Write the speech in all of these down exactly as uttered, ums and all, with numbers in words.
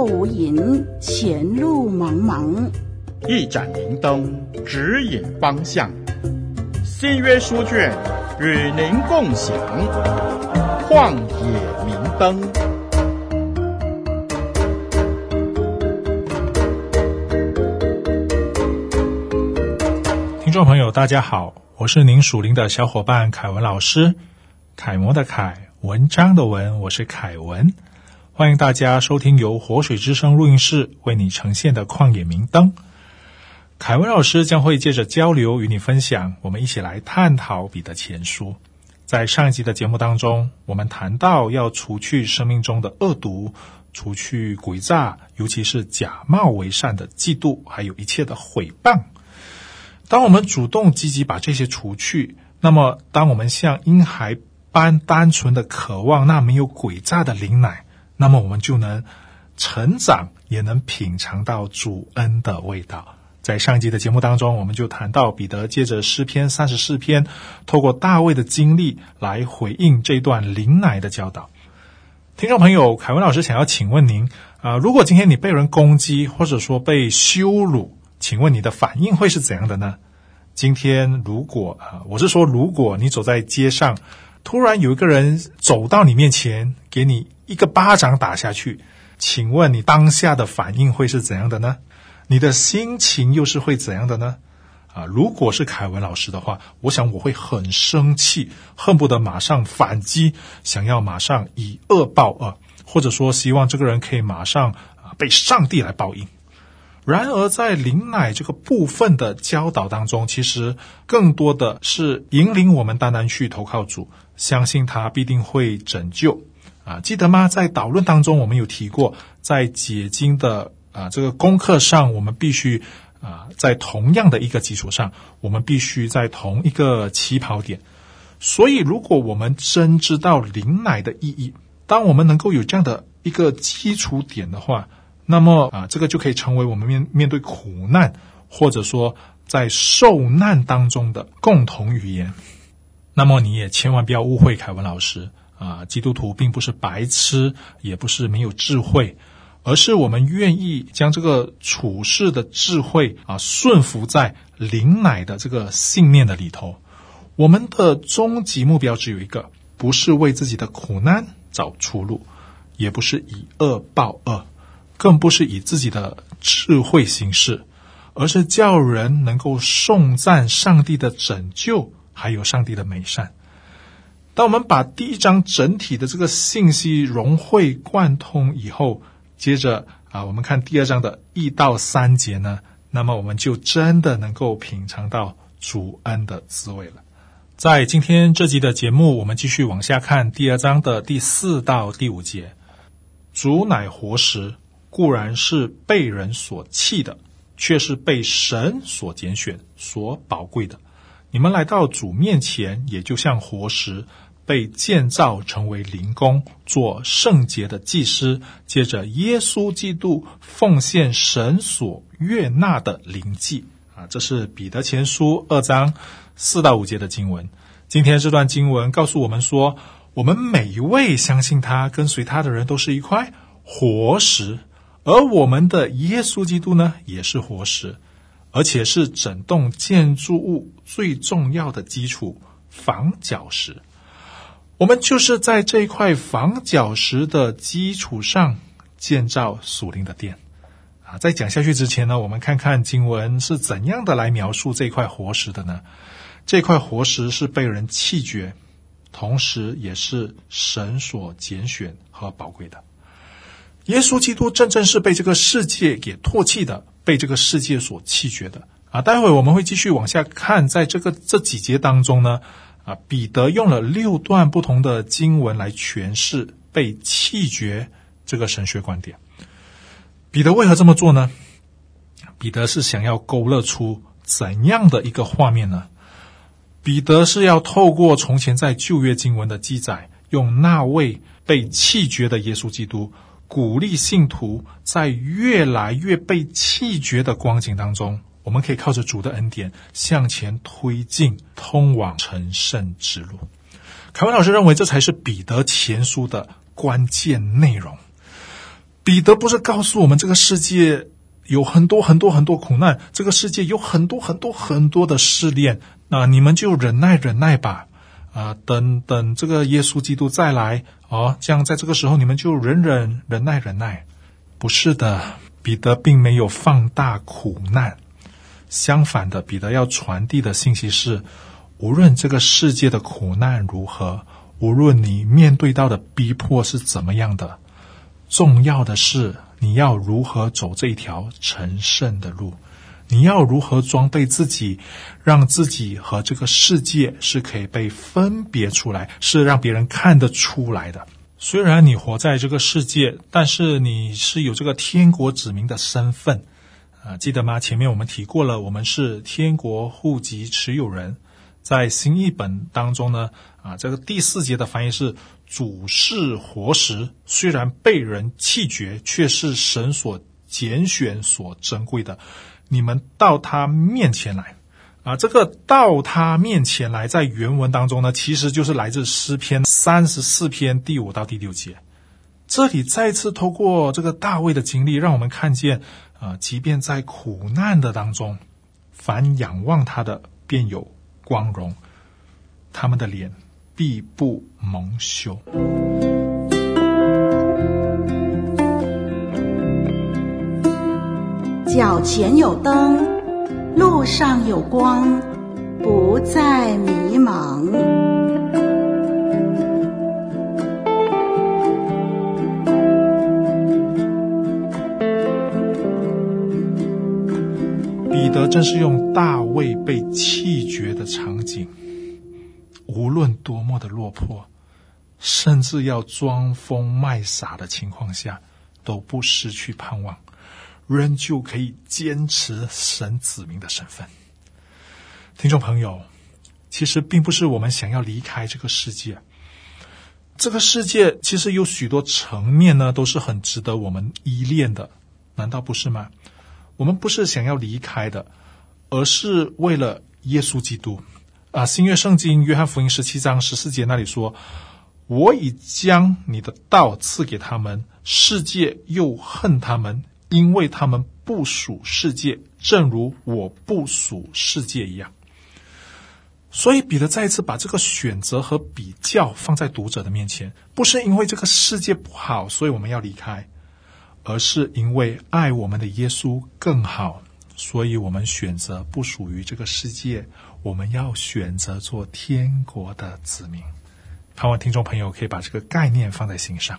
后无垠，前路茫茫。 一盏明灯指引方向，新约书卷与您共享，旷野明灯。 听众朋友大家好，我是您属灵的小伙伴凯文老师，楷模的楷，文章的文，我是凯文。欢迎大家收听由活水之声录音室为你呈现的旷野明灯。凯文老师将会借着交流与你分享，我们一起来探讨彼得前书。在上一集的节目当中，我们谈到要除去生命中的恶毒，除去诡诈，尤其是假冒为善的嫉妒，还有一切的毁谤。当我们主动积极把这些除去，那么当我们像婴孩般单纯的渴望那没有诡诈的灵奶，那么我们就能成长，也能品尝到主恩的味道。在上一集的节目当中，我们就谈到彼得接着诗篇三十四篇，透过大卫的经历来回应这段灵奶的教导。听众朋友，凯文老师想要请问您，呃，如果今天你被人攻击，或者说被羞辱，请问你的反应会是怎样的呢？今天如果、呃、我是说如果你走在街上，突然有一个人走到你面前，给你一个巴掌打下去，请问你当下的反应会是怎样的呢？你的心情又是会怎样的呢？啊，如果是凯文老师的话，我想我会很生气，恨不得马上反击，想要马上以恶报恶，或者说希望这个人可以马上、啊、被上帝来报应。然而在灵奶这个部分的教导当中，其实更多的是引领我们单单去投靠主，相信他必定会拯救啊！记得吗？在导论当中我们有提过，在解经的啊这个功课上，我们必须啊在同样的一个基础上，我们必须在同一个起跑点。所以如果我们真知道灵奶的意义，当我们能够有这样的一个基础点的话，那么啊，这个就可以成为我们面面对苦难，或者说在受难当中的共同语言。那么你也千万不要误会凯文老师啊，基督徒并不是白痴，也不是没有智慧，而是我们愿意将这个处世的智慧啊顺服在灵奶的这个信念的里头。我们的终极目标只有一个，不是为自己的苦难找出路，也不是以恶报恶，更不是以自己的智慧行事，而是叫人能够颂赞上帝的拯救，还有上帝的美善。当我们把第一章整体的这个信息融会贯通以后，接着啊，我们看第二章的一到三节呢，那么我们就真的能够品尝到主恩的滋味了。在今天这集的节目，我们继续往下看第二章的第四到第五节。主乃活石，固然是被人所弃的，却是被神所拣选、所宝贵的。你们来到主面前，也就像活石，被建造成为灵宫，做圣洁的祭司，借着耶稣基督奉献神所悦纳的灵祭。啊，这是彼得前书二章四到五节的经文。今天这段经文告诉我们说，我们每一位相信他、跟随他的人都是一块活石。而我们的耶稣基督呢，也是活石，而且是整栋建筑物最重要的基础——房角石。我们就是在这一块房角石的基础上建造属灵的殿啊！在讲下去之前呢，我们看看经文是怎样的来描述这块活石的呢？这块活石是被人弃绝，同时也是神所拣选和宝贵的。耶稣基督真正是被这个世界给唾弃的，被这个世界所弃绝的啊！待会我们会继续往下看，在这个这几节当中呢，啊，彼得用了六段不同的经文来诠释被弃绝这个神学观点。彼得为何这么做呢？彼得是想要勾勒出怎样的一个画面呢？彼得是要透过从前在旧约经文的记载，用那位被弃绝的耶稣基督鼓励信徒在越来越被弃绝的光景当中，我们可以靠着主的恩典向前推进，通往成圣之路。凯文老师认为这才是彼得前书的关键内容。 彼得不是告诉我们这个世界有很多很多很多苦难，这个世界有很多很多很多的试炼，那你们就忍耐忍耐吧，啊，等等这个耶稣基督再来哦，这样在这个时候你们就忍忍忍耐忍耐。不是的，彼得并没有放大苦难，相反的，彼得要传递的信息是，无论这个世界的苦难如何，无论你面对到的逼迫是怎么样的，重要的是你要如何走这一条成圣的路，你要如何装备自己，让自己和这个世界是可以被分别出来，是让别人看得出来的。虽然你活在这个世界，但是你是有这个天国子民的身份啊，记得吗？前面我们提过了，我们是天国户籍持有人。在新译本当中呢，啊，这个第四节的翻译是主是活石，虽然被人弃绝，却是神所拣选所珍贵的，你们到他面前来。啊，这个到他面前来在原文当中呢，其实就是来自诗篇三十四篇第五到第六节。这里再次透过这个大卫的经历，让我们看见啊，即便在苦难的当中，凡仰望他的便有光荣，他们的脸必不蒙羞。 脚前有灯，路上有光，不再迷茫。 彼得正是用大卫被弃绝的场景，无论多么的落魄，甚至要装疯卖傻的情况下，都不失去盼望，仍旧可以坚持神子民的身份。听众朋友，其实并不是我们想要离开这个世界，这个世界其实有许多层面呢，都是很值得我们依恋的，难道不是吗？我们不是想要离开的，而是为了耶稣基督啊。新约圣经约翰福音十七章十四节那里说，我已将你的道赐给他们，世界又恨他们，因为他们不属世界，正如我不属世界一样。所以彼得再一次把这个选择和比较放在读者的面前，不是因为这个世界不好，所以我们要离开，而是因为爱我们的耶稣更好，所以我们选择不属于这个世界，我们要选择做天国的子民。盼望听众朋友可以把这个概念放在心上。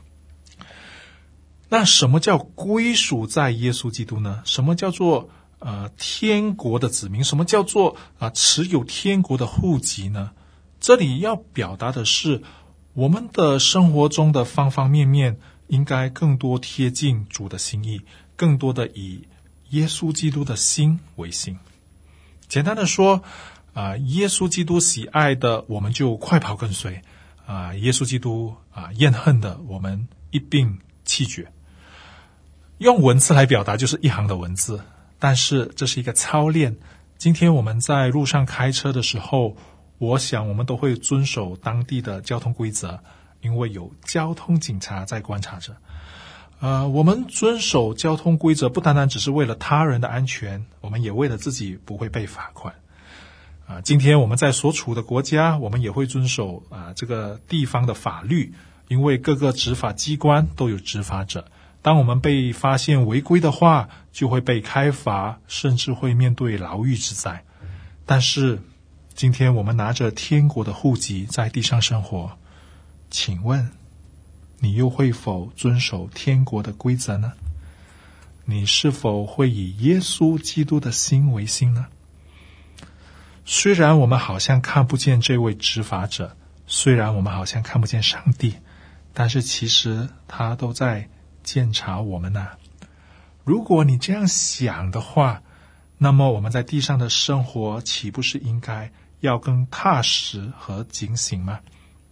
那什么叫归属在耶稣基督呢？什么叫做呃天国的子民？什么叫做啊、呃、持有天国的户籍呢？这里要表达的是，我们的生活中的方方面面应该更多贴近主的心意，更多的以耶稣基督的心为心。简单的说啊、呃，耶稣基督喜爱的，我们就快跑跟随啊、呃；耶稣基督啊、呃、厌恨的，我们一并弃绝。用文字来表达就是一行的文字，但是这是一个操练。今天我们在路上开车的时候，我想我们都会遵守当地的交通规则，因为有交通警察在观察着。呃，我们遵守交通规则不单单只是为了他人的安全，我们也为了自己不会被罚款。啊、呃，今天我们在所处的国家，我们也会遵守啊、呃、这个地方的法律，因为各个执法机关都有执法者。当我们被发现违规的话，就会被开罚，甚至会面对牢狱之灾。但是今天我们拿着天国的户籍在地上生活，请问你又会否遵守天国的规则呢？你是否会以耶稣基督的心为心呢？虽然我们好像看不见这位执法者，虽然我们好像看不见上帝，但是其实他都在监察我们啊。如果你这样想的话，那么我们在地上的生活岂不是应该要更踏实和警醒吗？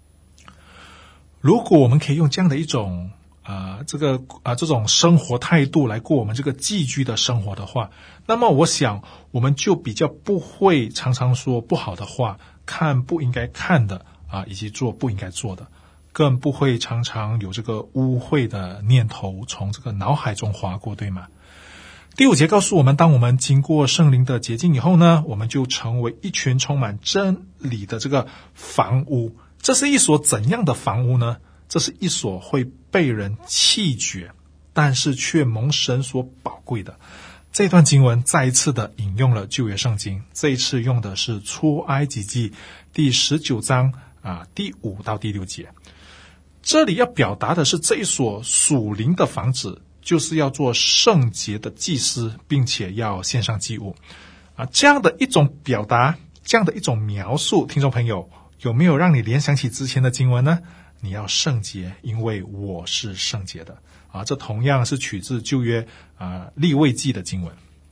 如果我们可以用这样的一种啊、呃、这个啊、呃、这种生活态度来过我们这个寄居的生活的话，那么我想我们就比较不会常常说不好的话，看不应该看的啊、呃、以及做不应该做的， 更不会常常有这个污秽的念头从这个脑海中划过，对吗？第五节告诉我们，当我们经过圣灵的洁净以后呢，我们就成为一群充满真理的这个房屋。这是一所怎样的房屋呢？这是一所会被人弃绝，但是却蒙神所宝贵的。这段经文再一次的引用了旧约圣经，这一次用的是出埃及记第十九章啊第五到第六节。这里要表达的是，这一所属灵的房子就是要做圣洁的祭司，并且要献上祭物啊，这样的一种表达，这样的一种描述，听众朋友有没有让你联想起之前的经文呢？你要圣洁，因为我是圣洁的啊，这同样是取自旧约啊利未记的经文。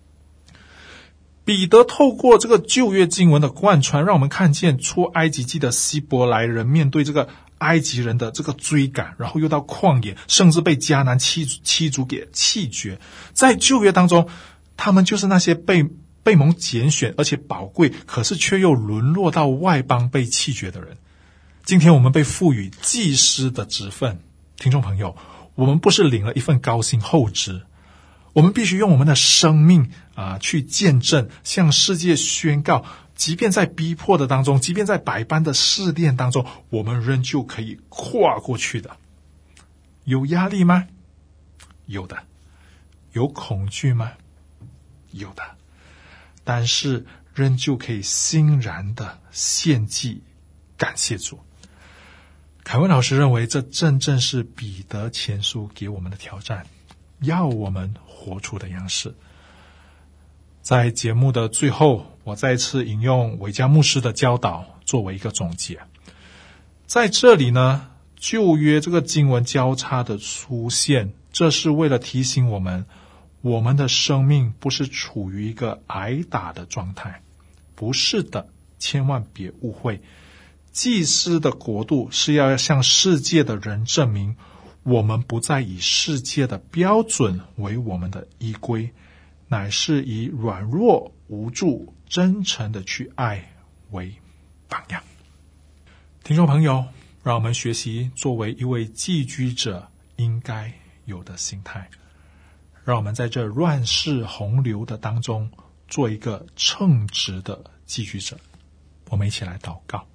彼得透过这个旧约经文的贯穿，让我们看见出埃及记的希伯来人面对这个埃及人的这个追赶，然后又到旷野，甚至被迦南七七族给弃绝。在旧约当中，他们就是那些被被蒙拣选而且宝贵，可是却又沦落到外邦被弃绝的人。今天我们被赋予祭司的职分，听众朋友，我们不是领了一份高薪厚职，我们必须用我们的生命啊去见证，向世界宣告，即便在逼迫的当中，即便在百般的试炼当中，我们仍旧可以跨过去的。有压力吗？有的。有恐惧吗？有的。但是仍旧可以欣然的献祭，感谢主。凯文老师认为，这正正是彼得前书给我们的挑战，要我们活出的样式。在节目的最后，我再次引用韦家牧师的教导作为一个总结。在这里呢，旧约这个经文交叉的出现，这是为了提醒我们，我们的生命不是处于一个挨打的状态，不是的，千万别误会。祭司的国度是要向世界的人证明，我们不再以世界的标准为我们的依归，乃是以软弱、无助、真诚的去爱为榜样。听众朋友，让我们学习作为一位寄居者应该有的心态，让我们在这乱世洪流的当中做一个称职的寄居者。我们一起来祷告。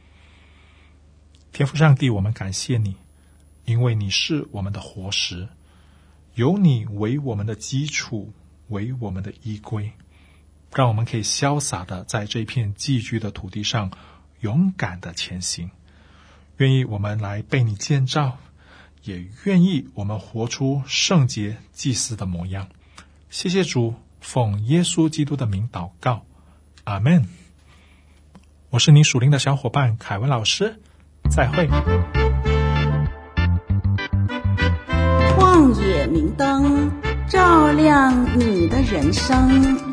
天父上帝，我们感谢你，因为你是我们的活石，有你为我们的基础，为我们的依归，让我们可以潇洒的在这片寄居的土地上勇敢的前行。愿意我们来被你建造，也愿意我们活出圣洁祭司的模样。谢谢主，奉耶稣基督的名祷告，阿们。我是你属灵的小伙伴凯文老师，再会。 旷野明灯，照亮你的人生。